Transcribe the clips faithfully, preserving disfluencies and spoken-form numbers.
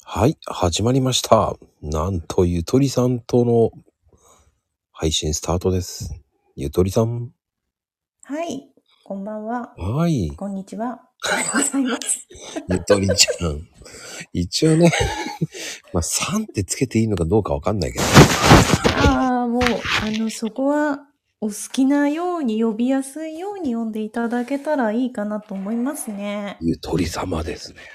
はい、始まりました。なんと、ゆとりさんとの配信スタートです。ゆとりさん。 はい、こんばんは。 はい。 こんにちは。おはようございます。 ゆとりちゃん。一応ね、まあ、さんってつけていいのかどうかわかんないけど。 ああ、もう、あの、そこは、お好きなように呼びやすいように呼んでいただけたらいいかなと思いますね。 ゆとり様ですね。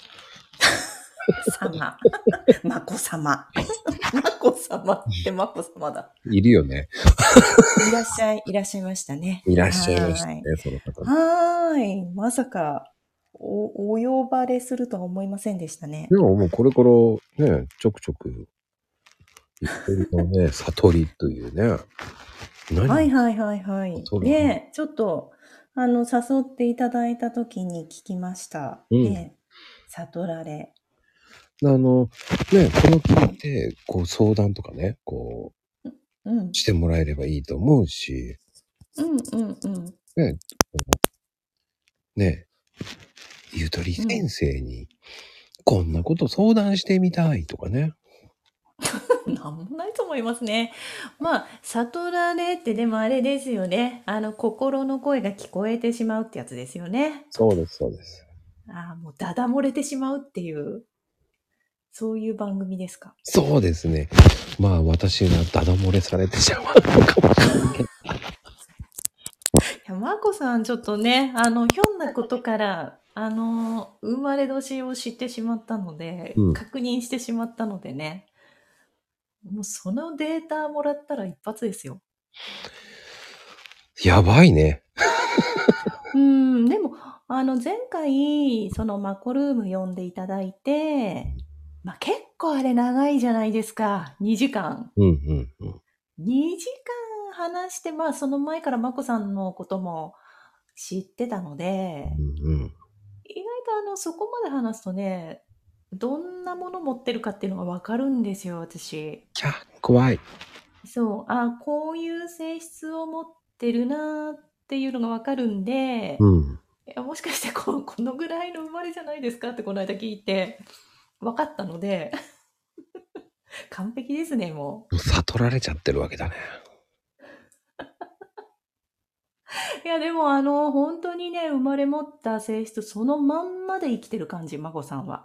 様。まこ様。まこ様ってまこ様だ。 いるよね。 いらっしゃい、いらっしゃいましたね。 いらっしゃいましたはーい。 ね、その方ね。 はーい。まさか、お、お呼ばれするとは思いませんでしたね。 でももうこれからね、ちょくちょく、ゆとりのね、悟りというね。何はいはいはいはい。 悟る。 ねえ、ちょっと、あの、誘っていただいたときに聞きました。 うん。 ねえ、悟られ。 あの、ね、これを聞いて、こう相談とかね、こうん。 う、してもらえればいいと思うし、 うんうんうん。 ね、ね、ゆとりうん。 先生に、こんなこと相談してみたいとかね。 なんもないと思いますね。まあ、悟られってでもあれですよね。あの、心の声が聞こえてしまうってやつですよね。 そうです、そうです。 ああ、もうダダ漏れてしまうっていう、そういう番組ですか。 そうですね。まあ私がダダ漏れされてしまうのかもしれないけど。 いや、マコさん、ちょっとね、あの、ひょんなことから、あの、生まれ年を知ってしまったので、 うん。 確認してしまったのでね、もうそのデータもらったら一発ですよ。 やばいね。 うーん、でも、あの、前回、そのマコルーム呼んでいただいて、まあ、結構あれ長いじゃないですか。にじかん。 うんうんうん。 にじかん話して、まあ、その前からマコさんのことも知ってたので、 うんうん。 意外とあの、そこまで話すとね、どんなもの持ってるかっていうのがわかるんですよ、私。 キャー、怖い。 そう、あ、こういう性質を持ってるなっていうのがわかるんで、 うん。 いや、もしかしてここのぐらいの生まれじゃないですかってこの間聞いて、分かったので、完璧ですね、ももう悟られちゃってるわけだね。 う。いや、でもあの、本当にね、生まれ持った性質そのまんまで生きてる感じ、孫さんは。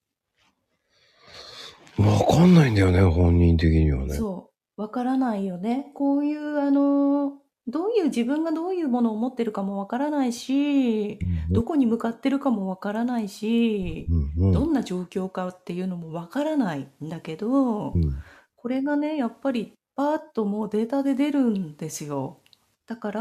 わかんないんだよね、本人的にはね。 そう、わからないよね。こういうあの、どういう自分がどういうものを持ってるかもわからないし、 うんどこに向かってるかもわからないし、 うんうんどんな状況かっていうのもわからないんだけど、 うんこれがね、やっぱりパーッともうデータで出るんですよ。だから、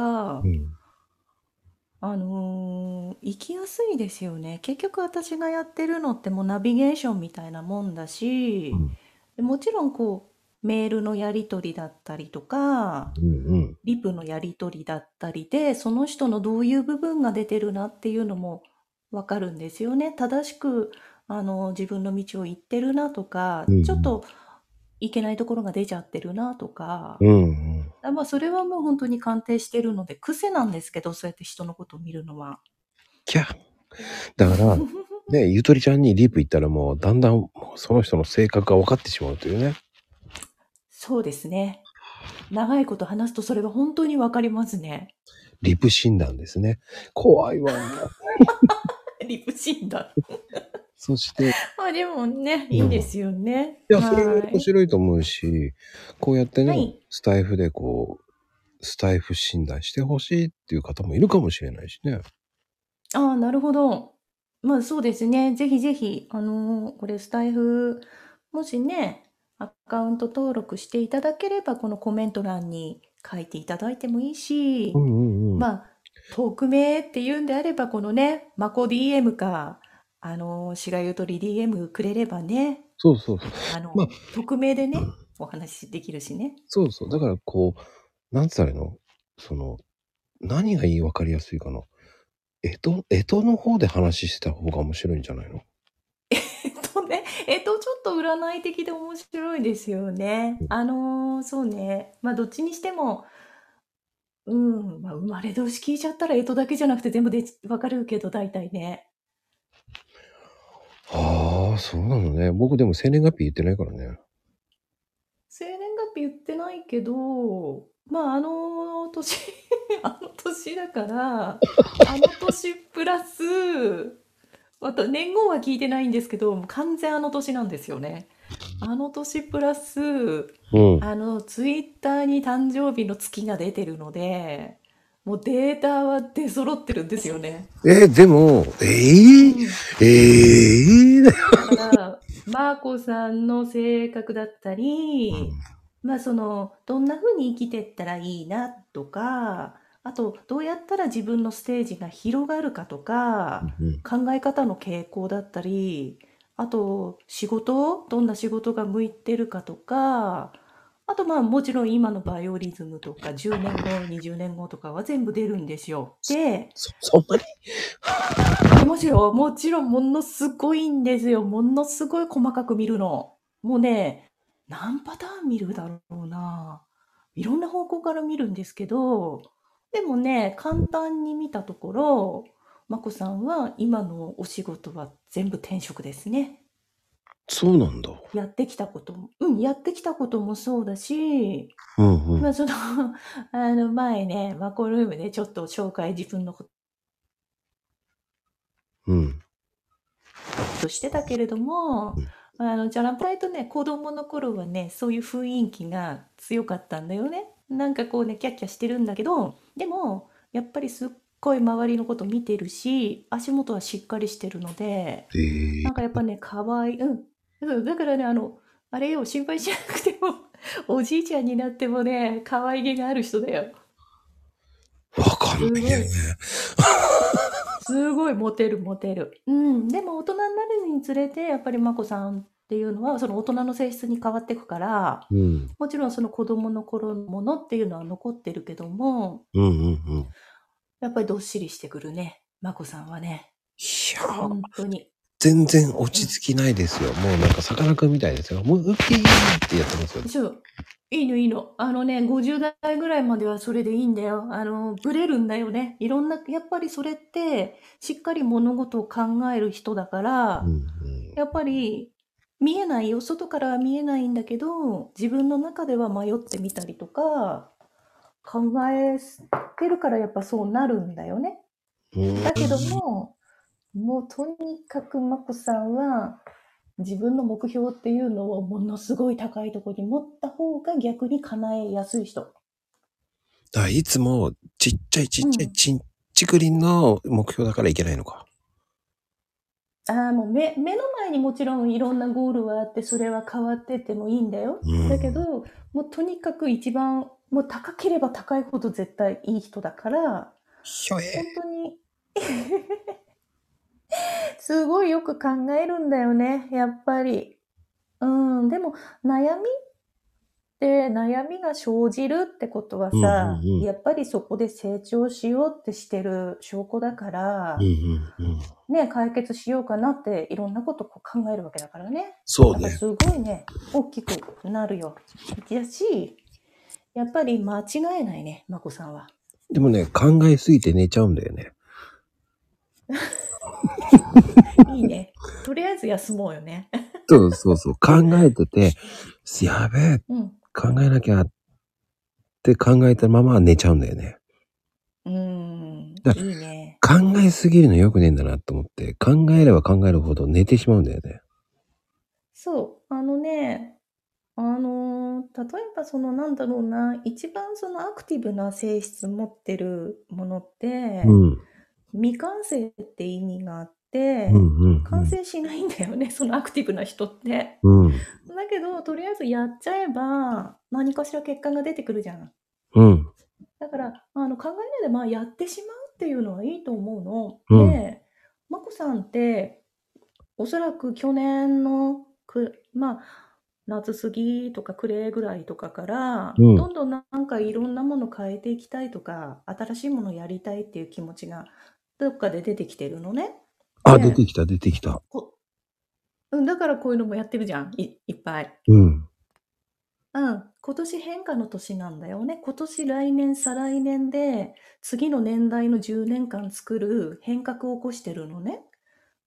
うんあのー生きやすいですよね。結局私がやってるのってもうナビゲーションみたいなもんだし、 うんでもちろんこう、メールのやり取りだったりとか、 うんうんリプのやり取りだったりで、その人のどういう部分が出てるなっていうのもわかるんですよね。正しく、あの、自分の道を行ってるなとか、ちょっといけないところが出ちゃってるなとか、 うんうん。 あまあ、それはもう本当に鑑定してるので、癖なんですけど、そうやって人のことを見るのは。 キャー。だから、ね、ゆとりちゃんにリープ行ったらもうだんだんもうその人の性格が分かってしまうというね。 そうですね。長いこと話すとそれは本当にわかりますね。 リプ診断ですね。怖いわ。 リプ診断。 そして、 まあでもね、 うん。いいいですよね。 や、それもはい。 面白いと思うし、こうやってね、 はい。 スタイフでこう、スタイフ診断してほしいっていう方もいるかもしれないしね。 ああ、なるほど。まあそうですね。ぜひぜひ、あのーこれスタイフ、もしね、アカウント登録していただければ、このコメント欄に書いていただいてもいいし、 うんうんうん。 まあ、匿名っていうんであれば、このね、マコ ディーエム か、あのー、しがゆとり ディーエム くれればね、 そうそうそう。まあ、 あの、匿名でね、お話しできるしね。 そうそう。だからこう、なんつったらいいのその、何が言い分かりやすいかな。えと、えとの方で話してた方が面白いんじゃないの？ えっとね、えっと、ちょっと占い的で面白いですよね。あのーそうね。まあ、どっちにしても、うん、まあ、生まれ年聞いちゃったら、えとだけじゃなくて全部でわかるけど、大体ね。 はああ、そうなのね。僕でも生年月日言ってないからね。 生年月日言ってないけど、まあ、あの年、あの年だから、あの年プラス、あと年号は聞いてないんですけど、もう完全あの年なんですよね。あの年プラス、 うん。 あの、ツイッターに誕生日の月が出てるので、もうデータは出揃ってるんですよね。 えーでも、えうー、 ん。 えー、 だから、マーコさんの性格だったり、まあその、どんな風に生きてったらいいなとか、あと、どうやったら自分のステージが広がるかとか、 うん。 考え方の傾向だったり、あと、仕事、どんな仕事が向いてるかとか、あとまあもちろん今のバイオリズムとかじゅうねんご、にじゅうねんごとかは全部出るんですよ。で、 そ、そんなに出ますよ。もちろんものすごいんですよ。ものすごい細かく見るの。もうね、何パターン見るだろうな。いろんな方向から見るんですけど、でもね、簡単に見たところ、まこさんは今のお仕事は全部転職ですね。 そうなんだ。 やってきたことも、うん、やってきたこともそうだし、 うんうん。 まあその、あの前ね、マコルームでちょっと紹介自分のうん。 としてたけれども、あの、じゃらんぱいとね、子供の頃はね、そういう雰囲気が強かったんだよね。なんかこうね、キャッキャしてるんだけど、でも、やっぱりすっごい周りのこと見てるし、足元はしっかりしてるので、 えー、 なんかやっぱね、可愛い、うん。うんだからね、あの、あれよ、心配しなくても、おじいちゃんになってもね、可愛げがある人だよ。 わかんないんだすごい。 よね。 すごいモテるモテる。うん。でも大人になるにつれて、やっぱり眞子さんっていうのは、その大人の性質に変わっていくから、 うん。 もちろんその子供の頃のものっていうのは残ってるけども、 うんうんうん。 やっぱりどっしりしてくるね。眞子さんはね。 いやー、 本当に。 全然落うん。 ち着きないですよ。もうなんかさかなクンみたいですよ。もうウッキーってやってますよ。 そう。いいのいいの。あのね、ごじゅう代ぐらいまではそれでいいんだよ。あの、ブレるんだよね。いろんな、やっぱりそれって、しっかり物事を考える人だかうんうら、 ん。 やっぱり見えないよ。外からは見えないんだけど、自分の中では迷ってみたりとか、考えてるからやっぱそうなるんだよね。 うーだけどん。 も、もうとにかくまこさんは、自分の目標っていうのをものすごい高いところに持った方が逆に叶えやすい人。 だからいつもちっちゃいちっうん。 ちゃいちんちくりんの目標だからいけないのか。 ああ、もう目、目の前にもちろんいろんなゴールはあって、それは変わってってもいいんだよ。 うん。 だけど、もうとにかく一番、もう高ければ高いほど絶対いい人だから、 ひょえ。 本当にすごいよく考えるんだよね、やっぱり。うん、でも悩みって悩みが生じるってことはうんうんさ、 うん。 やっぱりそこで成長しようってしてる証拠だかうんうら、 んうん。 ね、解決しようかなっていろんなことこう考えるわけだからね。 そうね。 だからすごいね、大きくなるよ。だし、やっぱり間違えないね、まこさんは。 でもね、考えすぎて寝ちゃうんだよね。 いいね。とりあえず休もうよね。 そうそうそう。考えてて、やべえ、 うん。 考えなきゃって考えたまま寝ちゃうんだよね。 うーん、 だかいいね。 ら考えすぎるの良くねえんだなと思って、考えれば考えるほど寝てしまうんだよね。 そう、あのね、あのー、例えばそのなんだろうな、一番そのアクティブな性質持ってるものって、 うん。 未完成って意味があっうんて、完うん成しないんだよね、そのアクティブな人って。 うん。うん。 だけど、とりあえずやっちゃえば、何かしら結果が出てくるじゃん。 うん。 だから、あの、考えないで、まあ、やってしまうっていうのはいいと思うの。 うん。 で、まこさんって、おそらく去年のく、まあ、夏過ぎとか暮れぐらいとかから、 うん。 どんどんなんかいろんなもの変えていきたいとか、新しいものやりたいっていう気持ちがどっかで出てきてるのね。 あ、出てで、 きた、出てきた。 こうん、だからこういうのもやってるじゃん、い、いっぱい。 うん。 うん、今年変化の年なんだよね。今年、来年、再来年で、次の年代のじゅうねんかん作る変革を起こしてるのね。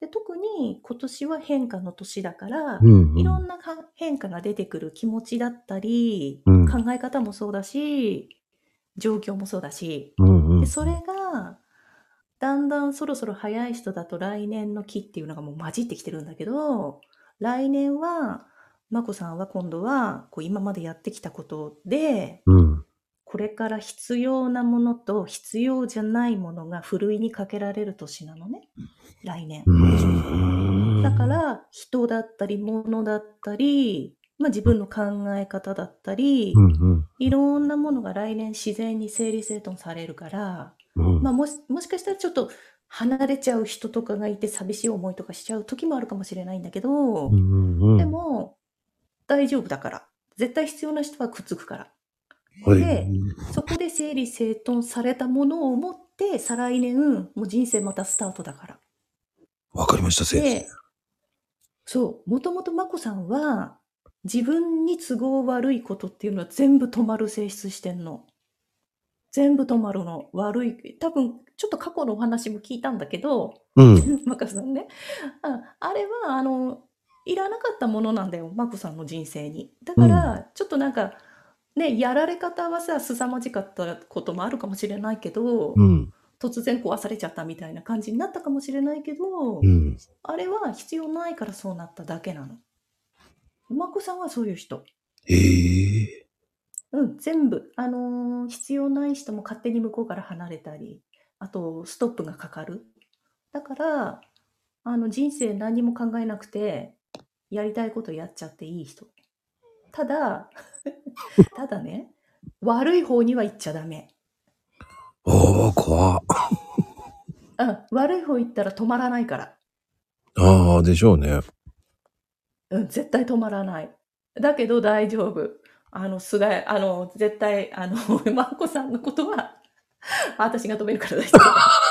で、特に今年は変化の年だから、 うんうん、 いろんな変化が出てくる気持ちだったり、 うん、 考え方もそうだし、状況もそうだし、 うんうん、 で、それが、だんだんそろそろ早い人だと来年の木っていうのがもう混じってきてるんだけど、来年は、まこさんは今度は、こう今までやってきたことで、 うん、 これから必要なものと必要じゃないものがふるいにかけられる年なのね。来年。だから、人だったり、物だったり、まあ自分の考え方だったり、 うんうん、 いろんなものが来年自然に整理整頓されるから、 うん、 まあもし、もしかしたらちょっと離れちゃう人とかがいて寂しい思いとかしちゃう時もあるかもしれないんだけど、 うんうん、 でも大丈夫だから。絶対必要な人はくっつくから。 はい、 で、そこで整理整頓されたものを持って、再来年、もう人生またスタートだから。 わかりました、先生。 で、そう、もともとまこさんは、自分に都合悪いことっていうのは全部止まる性質してんの。全部止まるの。悪い。多分、ちょっと過去のお話も聞いたんだけど、 うん。 まこさんね。ああれは、あの、いらなかったものなんだよ、まこさんの人生に。だかうん。 ら、ちょっとなんか、ね、やられ方はさ、凄まじかったこともあるかもしれないけど、 うん。 突然壊されちゃったみたいな感じになったかもしれないけど、 うん。 あれは必要ないからそうなっただけなの。まこさんはそういう人。 ええうん、全部、あのー必要ない人も勝手に向こうから離れたり、あと、ストップがかかる。だから、あの、人生何も考えなくて、やりたいことやっちゃっていい人。ただ、ただね、悪い方には行っちゃダメ。 おー、怖っ。 うん、悪い方行ったら止まらないから。 ああ、でしょうね。 うん、絶対止まらない。だけど大丈夫。あの、すが、あの、絶対、あの、まこさんのことは、私が止めるから大丈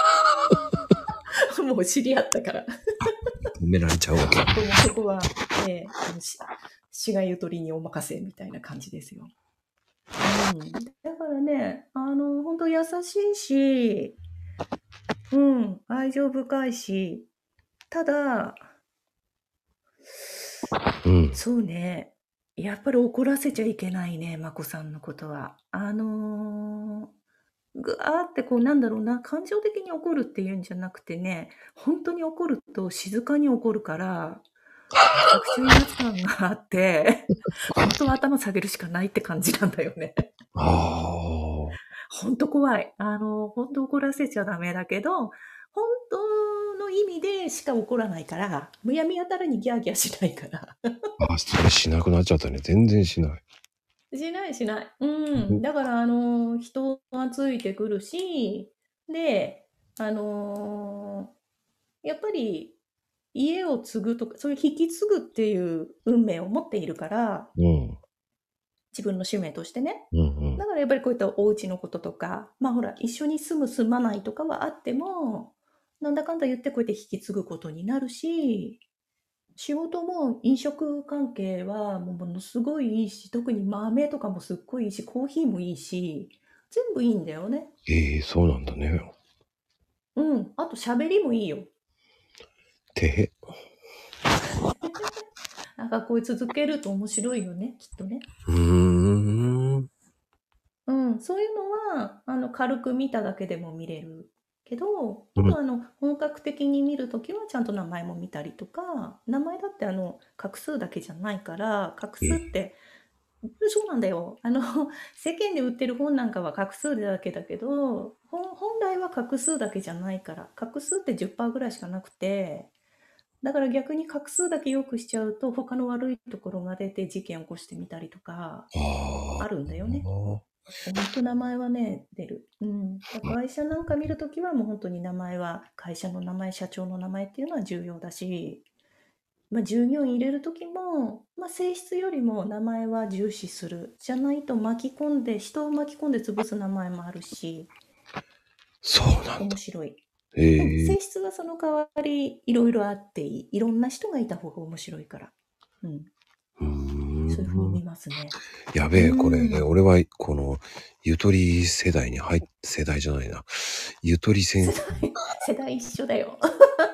夫。もう知り合ったから。 止められちゃうわけ。 もうそこは、えー、あのし死がゆとりにお任せみたいな感じですよ。うん。だからね、あの、本当優しいし、うん、愛情深いし、ただ、 うん。 そうね、やっぱり怒らせちゃいけないね、まこさんのことは。あのーぐわーってこうなんだろうな、感情的に怒るっていうんじゃなくてね、本当に怒ると静かに怒るから、めちゃくちゃ威圧感があって、本当は頭下げるしかないって感じなんだよね。 ああ。 本当怖い。あの、本当怒らせちゃダメだけど、本当の意味でしか怒らないから、むやみやたらにギャーギャーしないから。 あ、それしなくなっちゃったね。全然しない。 しないしない。うん。だから、あの、人がついてくるし、で、あのやっぱり家を継ぐとか、そういう引き継ぐっていう運命を持っているから、 うん。 自分の使命としてね。 うんうん。 だからやっぱりこういったお家のこととか、まあほら、一緒に住む住まないとかはあっても、なんだかんだ言ってこうやって引き継ぐことになるし、仕事も飲食関係はもうものすごいいいし、特に豆とかもすっごいいいし、コーヒーもいいし、全部いいんだよね。 ええそうなんだね。 うん。あと喋りもいいよ。 てへ。 なんかこう続けると面白いよね、きっとね。 うーん。 うん、そういうのは、あの、軽く見ただけでも見れるけど、 うん。 あとあの、本格的に見るときはちゃんと名前も見たりとか、名前だってあの、画数だけじゃないから、画数っえて、そうなんだよ。あの、世間で売ってる本なんかは画数だけだけど、本本来は画数だけじゃないから、画数ってじゅっパーセントぐらいしかなくて、だから逆に画数だけ良くしちゃうと、他の悪いところが出て事件起こしてみたりとか、 ああるんだよね。 あ。 ほんと名前はね、出る。うん。だ会社なんか見るときはもう本当に名前は、会社の名前、社長の名前っていうのは重要だし、まあ、従業員入れるときも、まあ、性質よりも名前は重視する。じゃないと巻き込んで、人を巻き込んで潰す名前もあるし、 そうなんだ。 面白い。 えうん、 え性質はその代わりいろいろあっていい。いろんな人がいた方が面白いから。うん。 うーそういうふうにん。 見ますね。 やべえ、これね、 うん。 俺は、この、ゆとり世代に入っ、世代じゃないな。ゆとり先世生。 代、世代一緒だよ。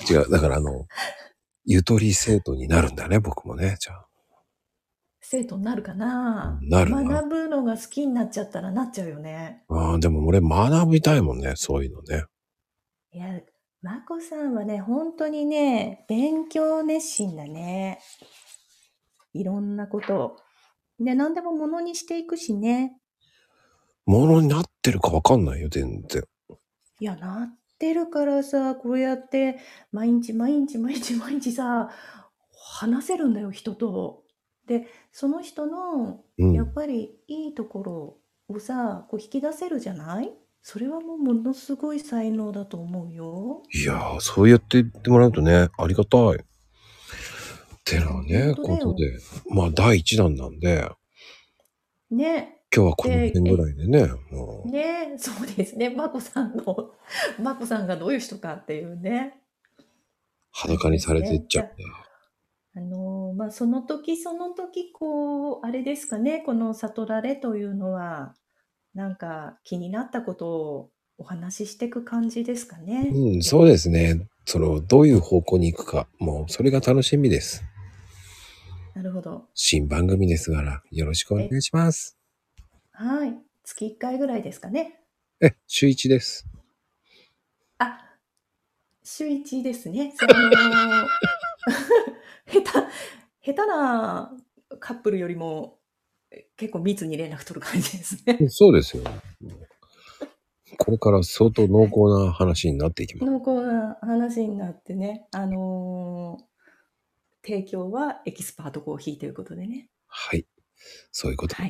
違う。だからあの、ゆとり生徒になるんだね、僕もね、じゃあ。 生徒になるかな。 なるな。 学ぶのが好きになっちゃったらなっちゃうよね。 ああ、でも俺学びたいもんね、そういうのね。 いや、まこさんはね、本当にね、勉強熱心だね。いろんなことを。で、何でもものにしていくしね。 ものになってるかわかんないよ、全然。 いや、なってるからさ、こうやって毎日毎日毎日毎日さ、話せるんだよ、人と。で、その人の、やっうん。 ぱりいいところをさ、こう引き出せるじゃない？それはもうものすごい才能だと思うよ。 いやー、そうやって言ってもらうとね、ありがたい。てないや、本ね、 当だよ。 ことで。まあ、だいいちだんなんで、 ね。 今日はこので、 辺ぐらえ、 いでね、もね、そうですね。まこさんの、まこさんがどういう人かっていうね、 う、 感じ裸にされてっですね。じゃあ、 ちゃった。 あのーまあ、その時その時、こう、あれですかね、この悟られというのは、なんか気になったことをお話ししていく感じですかね。 うん、そうですね。その、どういう方向に行くか、もう、それが楽しみです。 なるほど。 新番組ですから、よろしくお願え、 いします。 はい。月いっかいぐらいですかね。 え、週いちです。 あ、週いちですね。そう、あのー下手、下手なカップルよりもえ結構密に連絡取る感じですね。 そうですよ。これから相当濃厚な話になっていきます。 濃厚な話になってね、あのー提供はエキスパートコーヒーということでね。 はい。そういうことで。 はい。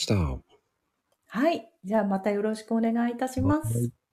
ありがとうございました。ははい。じゃあまたよろしくお願いいたします。 い。